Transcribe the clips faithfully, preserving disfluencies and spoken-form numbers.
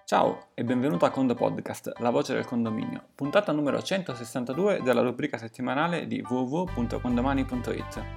Ciao e benvenuto a Condo Podcast, la voce del condominio, puntata numero centosessantadue della rubrica settimanale di w w w punto condomani punto i t.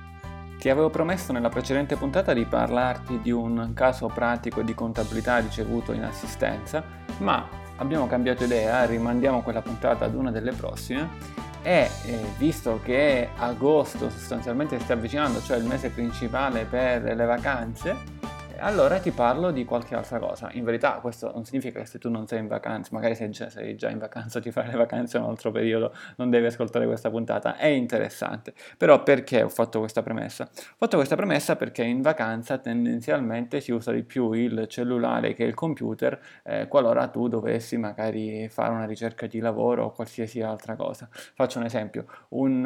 Ti avevo promesso nella precedente puntata di parlarti di un caso pratico di contabilità ricevuto in assistenza, ma abbiamo cambiato idea, rimandiamo quella puntata ad una delle prossime e eh, visto che agosto sostanzialmente si sta avvicinando, cioè il mese principale per le vacanze, allora ti parlo di qualche altra cosa. In verità questo non significa che se tu non sei in vacanza, magari sei già, sei già in vacanza, ti fai le vacanze in un altro periodo, non devi ascoltare questa puntata. È interessante. Però perché ho fatto questa premessa? Ho fatto questa premessa perché in vacanza tendenzialmente si usa di più il cellulare che il computer, eh, qualora tu dovessi magari fare una ricerca di lavoro o qualsiasi altra cosa. Faccio un esempio. Un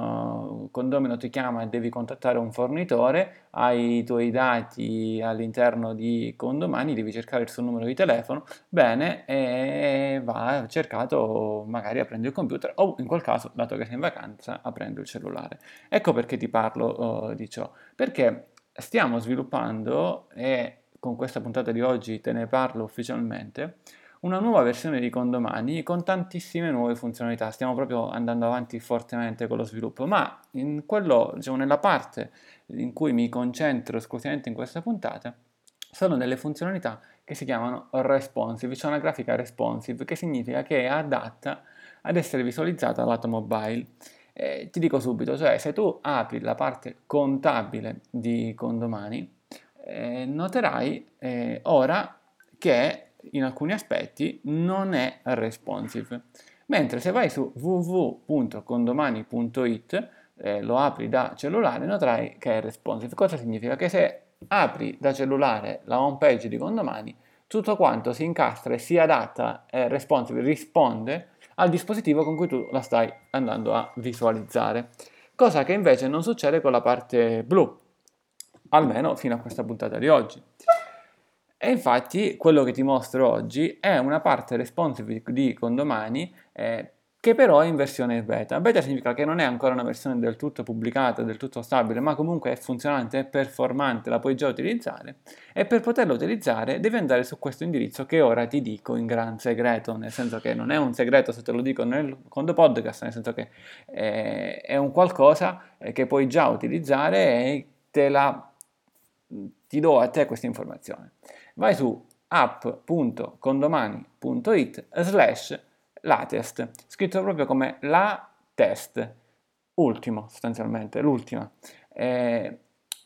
uh, condomino ti chiama e devi contattare un fornitore, hai i tuoi dati all'interno di Condomani, devi cercare il suo numero di telefono, bene, e va cercato magari aprendo il computer o in quel caso, dato che sei in vacanza, aprendo il cellulare. Ecco perché ti parlo uh, di ciò, perché stiamo sviluppando, e con questa puntata di oggi te ne parlo ufficialmente, una nuova versione di Condomani con tantissime nuove funzionalità. Stiamo proprio andando avanti fortemente con lo sviluppo, ma in quello, diciamo, nella parte in cui mi concentro esclusivamente in questa puntata sono delle funzionalità che si chiamano responsive, cioè una grafica responsive, che significa che è adatta ad essere visualizzata al lato mobile. Eh, ti dico subito, cioè se tu apri la parte contabile di Condomani, eh, noterai eh, ora che in alcuni aspetti non è responsive. Mentre se vai su w w w punto condomani punto i t, eh, lo apri da cellulare, noterai che è responsive. Cosa significa? Che se apri da cellulare la home page di Condomani, tutto quanto si incastra e si adatta, è responsive, risponde al dispositivo con cui tu la stai andando a visualizzare. Cosa che invece non succede con la parte blu, almeno fino a questa puntata di oggi. E infatti quello che ti mostro oggi è una parte responsive di Condomani eh, che però è in versione beta. Beta significa che non è ancora una versione del tutto pubblicata, del tutto stabile, ma comunque è funzionante, è performante, la puoi già utilizzare e per poterla utilizzare devi andare su questo indirizzo che ora ti dico in gran segreto, nel senso che non è un segreto se te lo dico nel Condo Podcast, nel senso che eh, è un qualcosa che puoi già utilizzare e te la ti do a te questa informazione. Vai su app punto condomani punto i t slash latest, scritto proprio come la test, ultimo sostanzialmente, l'ultima. Eh,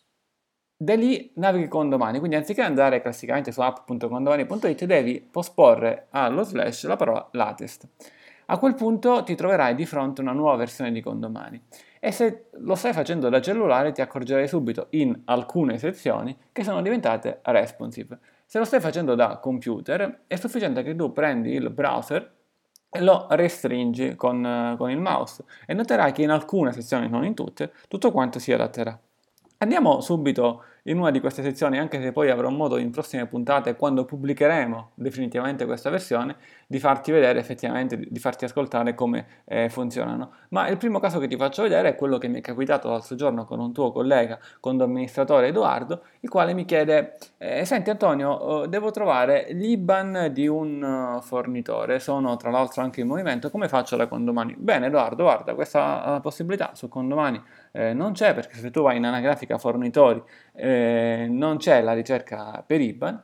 da lì navighi con domani, quindi anziché andare classicamente su app punto condomani punto i t devi posporre allo slash la parola latest. A quel punto ti troverai di fronte a una nuova versione di Condomani e se lo stai facendo da cellulare ti accorgerai subito in alcune sezioni che sono diventate responsive. Se lo stai facendo da computer è sufficiente che tu prendi il browser e lo restringi con, con il mouse e noterai che in alcune sezioni, non in tutte, tutto quanto si adatterà. Andiamo subito in una di queste sezioni, anche se poi avrò modo in prossime puntate, quando pubblicheremo definitivamente questa versione, di farti vedere effettivamente, di farti ascoltare come eh, funzionano. Ma il primo caso che ti faccio vedere è quello che mi è capitato l'altro giorno con un tuo collega, con l'amministratore Edoardo, il quale mi chiede, eh, senti Antonio, eh, devo trovare l'I B A N di un uh, fornitore, sono tra l'altro anche in movimento, come faccio da Condomani? Bene Edoardo, guarda, questa uh, possibilità su Condomani eh, non c'è, perché se tu vai in anagrafica fornitori eh, non c'è la ricerca per I B A N,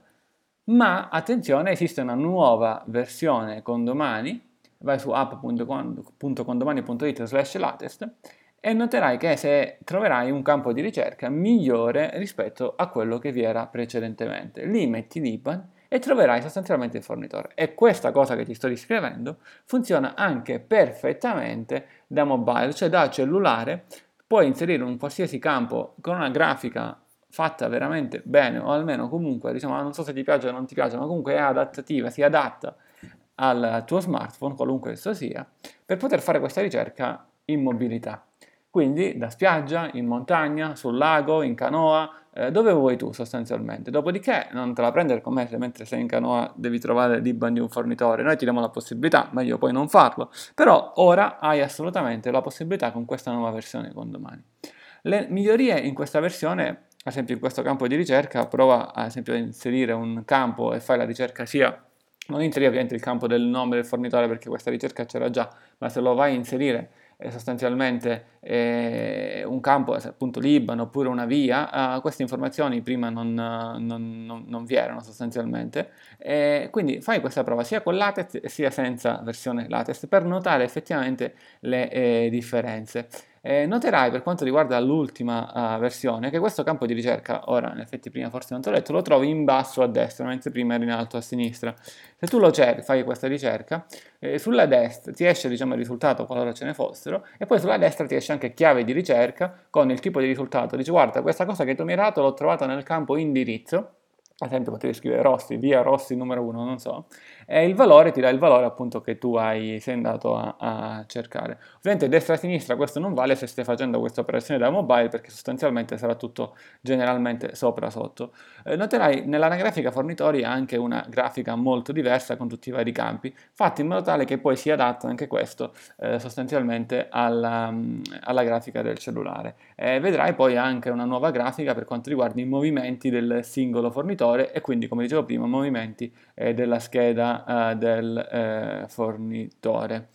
ma attenzione, esiste una nuova versione Condomani, vai su app punto condomani punto i t slash latest e noterai che se troverai un campo di ricerca migliore rispetto a quello che vi era precedentemente. Lì metti l'I B A N e troverai sostanzialmente il fornitore. E questa cosa che ti sto descrivendo funziona anche perfettamente da mobile, cioè da cellulare. Puoi inserire un qualsiasi campo con una grafica fatta veramente bene, o almeno comunque, diciamo, non so se ti piace o non ti piace, ma comunque è adattativa, si adatta al tuo smartphone, qualunque esso sia, per poter fare questa ricerca in mobilità. Quindi da spiaggia, in montagna, sul lago, in canoa, eh, dove vuoi tu sostanzialmente. Dopodiché non te la prendere con me se mentre sei in canoa devi trovare l'I B A N di un fornitore. Noi ti diamo la possibilità, meglio poi non farlo. Però ora hai assolutamente la possibilità con questa nuova versione Condomani. Le migliorie in questa versione, ad esempio in questo campo di ricerca, prova ad esempio a inserire un campo e fai la ricerca sia non inserire ovviamente il campo del nome del fornitore perché questa ricerca c'era già, ma se lo vai a inserire eh, sostanzialmente eh, un campo, appunto Libano oppure una via, eh, queste informazioni prima non, non, non, non vi erano sostanzialmente, e quindi fai questa prova sia con LaTeX sia senza versione LaTeX per notare effettivamente le eh, differenze. Eh, noterai per quanto riguarda l'ultima uh, versione che questo campo di ricerca, ora in effetti prima forse non te l'ho detto, lo trovi in basso a destra, mentre prima era in alto a sinistra. Se tu lo cerchi, fai questa ricerca, eh, sulla destra ti esce diciamo il risultato qualora ce ne fossero, e poi sulla destra ti esce anche chiave di ricerca con il tipo di risultato. Dici guarda, questa cosa che tu mi hai dato l'ho trovata nel campo indirizzo, ad esempio potevi scrivere Rossi, via Rossi numero uno, non so, e il valore ti dà il valore appunto che tu hai, sei andato a, a cercare. Ovviamente destra-sinistra questo non vale se stai facendo questa operazione da mobile perché sostanzialmente sarà tutto generalmente sopra-sotto. Eh, noterai nell'anagrafica fornitori anche una grafica molto diversa con tutti i vari campi, fatti in modo tale che poi si adatta anche questo eh, sostanzialmente alla, alla grafica del cellulare. Eh, vedrai poi anche una nuova grafica per quanto riguarda i movimenti del singolo fornitore e quindi, come dicevo prima, movimenti eh, della scheda eh, del eh, fornitore.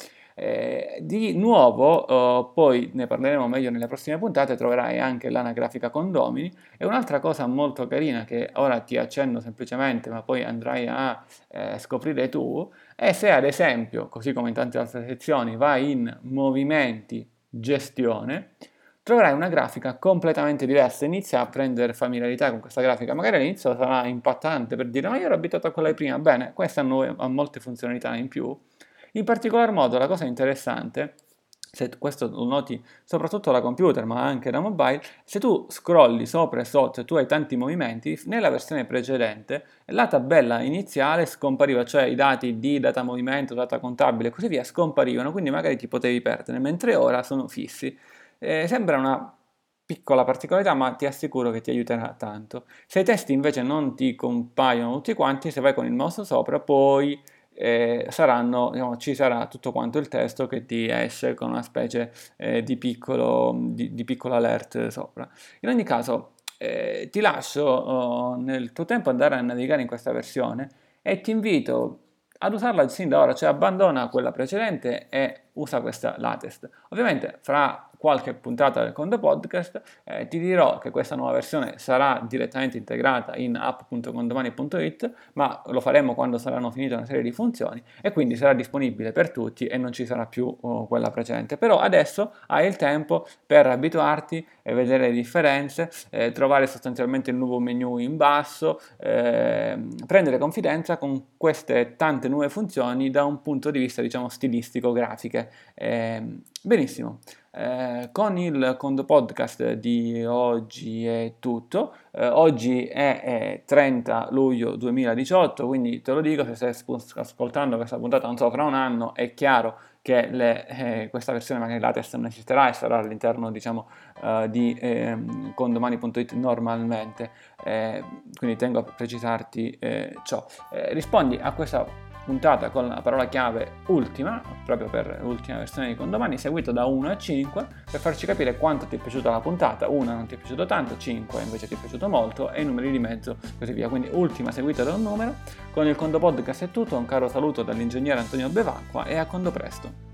Eh, di nuovo, eh, poi ne parleremo meglio nelle prossime puntate, troverai anche l'anagrafica condomini e un'altra cosa molto carina che ora ti accenno semplicemente ma poi andrai a eh, scoprire tu è se ad esempio, così come in tante altre sezioni, vai in movimenti gestione, troverai una grafica completamente diversa, inizia a prendere familiarità con questa grafica, magari all'inizio sarà impattante per dire ma io ero abituato a quella di prima, bene, questa ha molte funzionalità in più, in particolar modo la cosa interessante, se questo lo noti soprattutto da computer ma anche da mobile, se tu scrolli sopra e sotto e tu hai tanti movimenti, nella versione precedente la tabella iniziale scompariva, cioè i dati di data movimento, data contabile e così via skomparivano, quindi magari ti potevi perdere, mentre ora sono fissi. Eh, sembra una piccola particolarità, ma ti assicuro che ti aiuterà tanto. Se i testi invece non ti compaiono tutti quanti, se vai con il mouse sopra, poi eh, saranno, diciamo, ci sarà tutto quanto il testo che ti esce con una specie eh, di, piccolo, di, di piccolo alert sopra. In ogni caso, eh, ti lascio oh, nel tuo tempo andare a navigare in questa versione e ti invito ad usarla sin da ora, cioè abbandona quella precedente e usa questa latest. Ovviamente fra qualche puntata del Condo Podcast eh, ti dirò che questa nuova versione sarà direttamente integrata in app punto condomani punto it, ma lo faremo quando saranno finite una serie di funzioni e quindi sarà disponibile per tutti e non ci sarà più uh, quella precedente. Però adesso hai il tempo per abituarti e vedere le differenze, eh, trovare sostanzialmente il nuovo menu in basso, eh, prendere confidenza con queste tante nuove funzioni da un punto di vista diciamo stilistico grafiche. Eh, benissimo. Eh, con il Condo Podcast di oggi è tutto. Eh, oggi è, è trenta luglio duemiladiciotto, quindi te lo dico, se stai ascoltando questa puntata, non so, fra un anno, è chiaro che le, eh, questa versione magari LaTeX non esisterà e sarà all'interno diciamo uh, di eh, condomani punto it normalmente, eh, quindi tengo a precisarti eh, ciò. Eh, rispondi a questa puntata con la parola chiave ultima, proprio per l'ultima versione di Condomani, seguito da uno a cinque, per farci capire quanto ti è piaciuta la puntata. uno non ti è piaciuto tanto, cinque invece ti è piaciuto molto, e i numeri di mezzo così via. Quindi ultima seguita da un numero. Con il Condo Podcast è tutto, un caro saluto dall'ingegnere Antonio Bevacqua e a Condo presto.